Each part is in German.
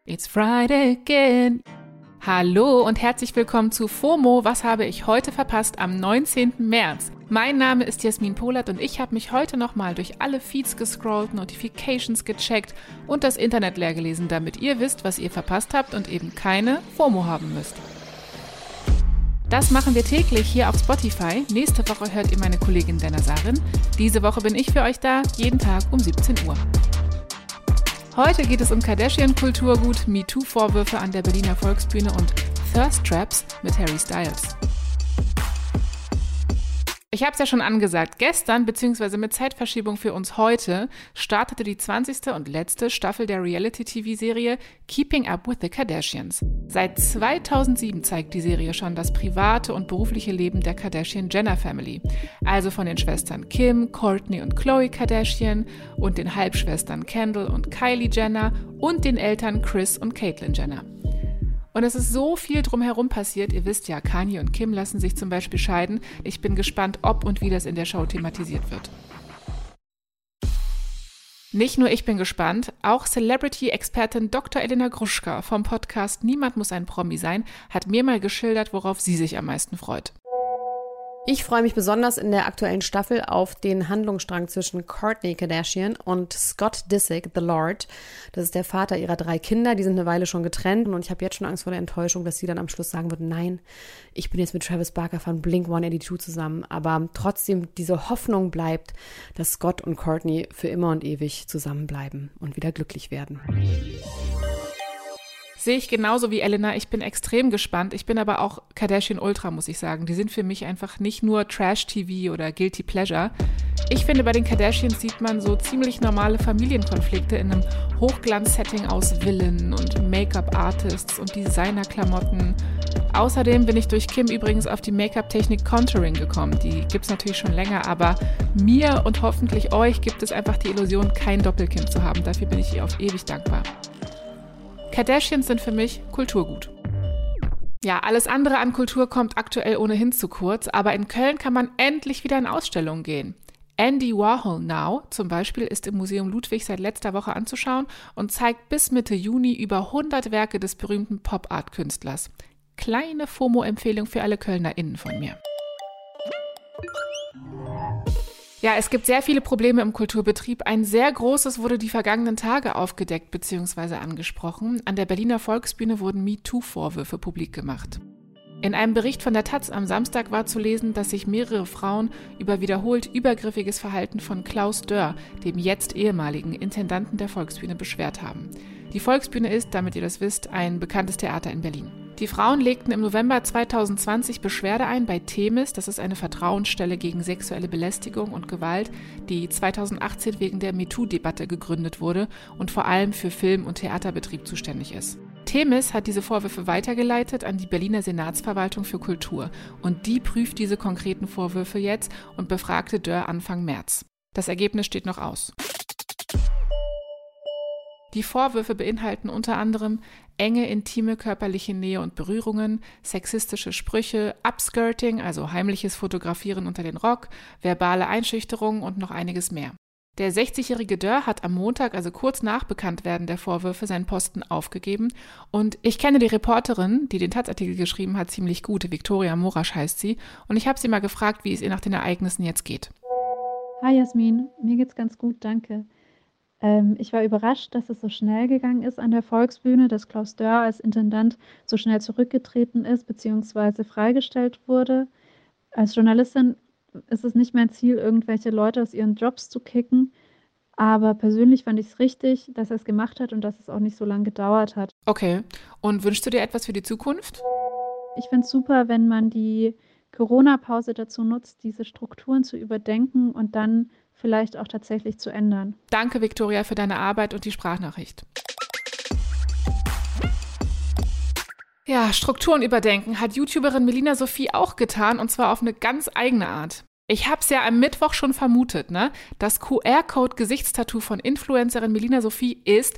It's Friday again. Hallo und herzlich willkommen zu FOMO, was habe ich heute verpasst am 19. März. Mein Name ist Jasmin Polat und ich habe mich heute nochmal durch alle Feeds gescrollt, Notifications gecheckt und das Internet leer gelesen, damit ihr wisst, was ihr verpasst habt und eben keine FOMO haben müsst. Das machen wir täglich hier auf Spotify. Nächste Woche hört ihr meine Kollegin Dana Sarin. Diese Woche bin ich für euch da, jeden Tag um 17 Uhr. Heute geht es um Kardashian-Kulturgut, MeToo-Vorwürfe an der Berliner Volksbühne und Thirst Traps mit Harry Styles. Ich habe es ja schon angesagt, gestern bzw. mit Zeitverschiebung für uns heute startete die 20. und letzte Staffel der Reality-TV-Serie Keeping Up with the Kardashians. Seit 2007 zeigt die Serie schon das private und berufliche Leben der Kardashian-Jenner-Family. Also von den Schwestern Kim, Kourtney und Khloe Kardashian und den Halbschwestern Kendall und Kylie Jenner und den Eltern Kris und Caitlyn Jenner. Und es ist so viel drumherum passiert. Ihr wisst ja, Kanye und Kim lassen sich zum Beispiel scheiden. Ich bin gespannt, ob und wie das in der Show thematisiert wird. Nicht nur ich bin gespannt, auch Celebrity-Expertin Dr. Elena Gruschka vom Podcast Niemand muss ein Promi sein, hat mir mal geschildert, worauf sie sich am meisten freut. Ich freue mich besonders in der aktuellen Staffel auf den Handlungsstrang zwischen Kourtney Kardashian und Scott Disick, The Lord. Das ist der Vater ihrer 3 Kinder, die sind eine Weile schon getrennt und ich habe jetzt schon Angst vor der Enttäuschung, dass sie dann am Schluss sagen wird, nein, ich bin jetzt mit Travis Barker von Blink-182 zusammen. Aber trotzdem diese Hoffnung bleibt, dass Scott und Kourtney für immer und ewig zusammenbleiben und wieder glücklich werden. Sehe ich genauso wie Elena, ich bin extrem gespannt. Ich bin aber auch Kardashian-Ultra, muss ich sagen. Die sind für mich einfach nicht nur Trash-TV oder Guilty Pleasure. Ich finde, bei den Kardashians sieht man so ziemlich normale Familienkonflikte in einem Hochglanz-Setting aus Villen und Make-up-Artists und Designerklamotten. Außerdem bin ich durch Kim übrigens auf die Make-up-Technik Contouring gekommen. Die gibt es natürlich schon länger, aber mir und hoffentlich euch gibt es einfach die Illusion, kein Doppelkind zu haben. Dafür bin ich ihr auf ewig dankbar. Kardashians sind für mich Kulturgut. Ja, alles andere an Kultur kommt aktuell ohnehin zu kurz, aber in Köln kann man endlich wieder in Ausstellungen gehen. Andy Warhol Now zum Beispiel ist im Museum Ludwig seit letzter Woche anzuschauen und zeigt bis Mitte Juni über 100 Werke des berühmten Pop-Art-Künstlers. Kleine FOMO-Empfehlung für alle KölnerInnen von mir. Ja, es gibt sehr viele Probleme im Kulturbetrieb. Ein sehr großes wurde die vergangenen Tage aufgedeckt bzw. angesprochen. An der Berliner Volksbühne wurden MeToo-Vorwürfe publik gemacht. In einem Bericht von der taz am Samstag war zu lesen, dass sich mehrere Frauen über wiederholt übergriffiges Verhalten von Klaus Dörr, dem jetzt ehemaligen Intendanten der Volksbühne, beschwert haben. Die Volksbühne ist, damit ihr das wisst, ein bekanntes Theater in Berlin. Die Frauen legten im November 2020 Beschwerde ein bei Themis, das ist eine Vertrauensstelle gegen sexuelle Belästigung und Gewalt, die 2018 wegen der MeToo-Debatte gegründet wurde und vor allem für Film- und Theaterbetrieb zuständig ist. Themis hat diese Vorwürfe weitergeleitet an die Berliner Senatsverwaltung für Kultur und die prüft diese konkreten Vorwürfe jetzt und befragte Dörr Anfang März. Das Ergebnis steht noch aus. Die Vorwürfe beinhalten unter anderem enge, intime körperliche Nähe und Berührungen, sexistische Sprüche, Upskirting, also heimliches Fotografieren unter den Rock, verbale Einschüchterung und noch einiges mehr. Der 60-jährige Dörr hat am Montag, also kurz nach Bekanntwerden der Vorwürfe, seinen Posten aufgegeben. Und ich kenne die Reporterin, die den taz-Artikel geschrieben hat, ziemlich gut. Viktoria Morasch heißt sie. Und ich habe sie mal gefragt, wie es ihr nach den Ereignissen jetzt geht. Hi Jasmin, mir geht's ganz gut, danke. Ich war überrascht, dass es so schnell gegangen ist an der Volksbühne, dass Klaus Dörr als Intendant so schnell zurückgetreten ist bzw. freigestellt wurde. Als Journalistin ist es nicht mein Ziel, irgendwelche Leute aus ihren Jobs zu kicken, aber persönlich fand ich es richtig, dass er es gemacht hat und dass es auch nicht so lange gedauert hat. Okay, und wünschst du dir etwas für die Zukunft? Ich finde es super, wenn man die Corona-Pause dazu nutzt, diese Strukturen zu überdenken und dann vielleicht auch tatsächlich zu ändern. Danke, Viktoria, für deine Arbeit und die Sprachnachricht. Ja, Strukturen überdenken hat YouTuberin Melina Sophie auch getan und zwar auf eine ganz eigene Art. Ich habe es ja am Mittwoch schon vermutet, ne? Das QR-Code-Gesichtstattoo von Influencerin Melina Sophie ist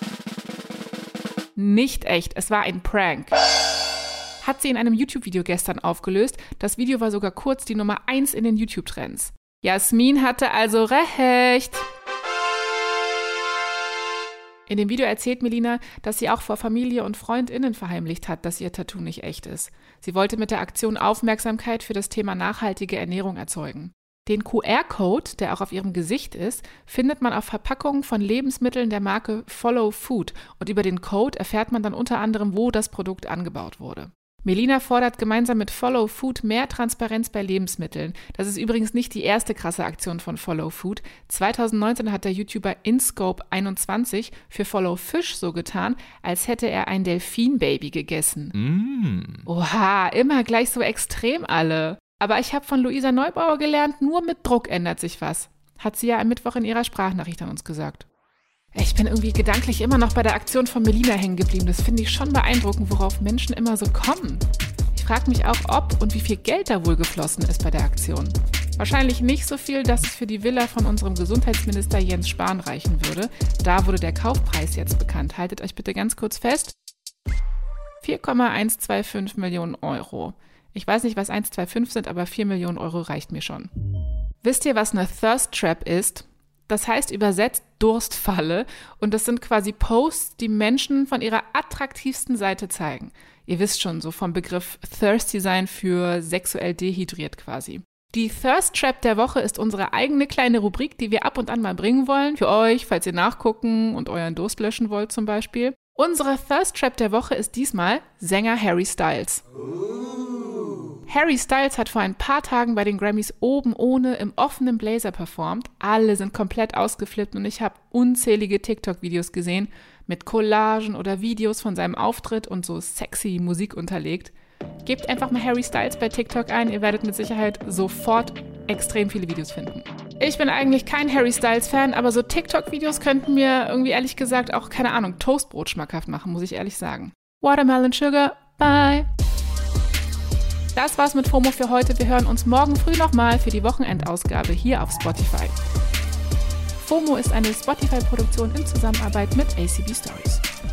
nicht echt. Es war ein Prank. Hat sie in einem YouTube-Video gestern aufgelöst. Das Video war sogar kurz die Nummer 1 in den YouTube-Trends. Jasmin hatte also recht. In dem Video erzählt Melina, dass sie auch vor Familie und FreundInnen verheimlicht hat, dass ihr Tattoo nicht echt ist. Sie wollte mit der Aktion Aufmerksamkeit für das Thema nachhaltige Ernährung erzeugen. Den QR-Code, der auch auf ihrem Gesicht ist, findet man auf Verpackungen von Lebensmitteln der Marke Follow Food und über den Code erfährt man dann unter anderem, wo das Produkt angebaut wurde. Melina fordert gemeinsam mit Follow Food mehr Transparenz bei Lebensmitteln. Das ist übrigens nicht die erste krasse Aktion von Follow Food. 2019 hat der YouTuber InScope21 für Follow Fish so getan, als hätte er ein Delfinbaby gegessen. Oha, immer gleich so extrem alle. Aber ich habe von Luisa Neubauer gelernt, nur mit Druck ändert sich was. Hat sie ja am Mittwoch in ihrer Sprachnachricht an uns gesagt. Ich bin irgendwie gedanklich immer noch bei der Aktion von Melina hängen geblieben. Das finde ich schon beeindruckend, worauf Menschen immer so kommen. Ich frage mich auch, ob und wie viel Geld da wohl geflossen ist bei der Aktion. Wahrscheinlich nicht so viel, dass es für die Villa von unserem Gesundheitsminister Jens Spahn reichen würde. Da wurde der Kaufpreis jetzt bekannt. Haltet euch bitte ganz kurz fest. 4,125 Millionen Euro. Ich weiß nicht, was 125 sind, aber 4 Millionen Euro reicht mir schon. Wisst ihr, was eine Thirst Trap ist? Das heißt übersetzt Durstfalle und das sind quasi Posts, die Menschen von ihrer attraktivsten Seite zeigen. Ihr wisst schon, so vom Begriff Thirsty sein für sexuell dehydriert quasi. Die Thirst Trap der Woche ist unsere eigene kleine Rubrik, die wir ab und an mal bringen wollen. Für euch, falls ihr nachgucken und euren Durst löschen wollt zum Beispiel. Unsere Thirst Trap der Woche ist diesmal Sänger Harry Styles. Harry Styles hat vor ein paar Tagen bei den Grammys oben ohne im offenen Blazer performt. Alle sind komplett ausgeflippt und ich habe unzählige TikTok-Videos gesehen mit Collagen oder Videos von seinem Auftritt und so sexy Musik unterlegt. Gebt einfach mal Harry Styles bei TikTok ein, ihr werdet mit Sicherheit sofort extrem viele Videos finden. Ich bin eigentlich kein Harry Styles-Fan, aber so TikTok-Videos könnten mir irgendwie ehrlich gesagt auch, keine Ahnung, Toastbrot schmackhaft machen, muss ich ehrlich sagen. Watermelon Sugar, bye! Das war's mit FOMO für heute. Wir hören uns morgen früh nochmal für die Wochenendausgabe hier auf Spotify. FOMO ist eine Spotify-Produktion in Zusammenarbeit mit ACB Stories.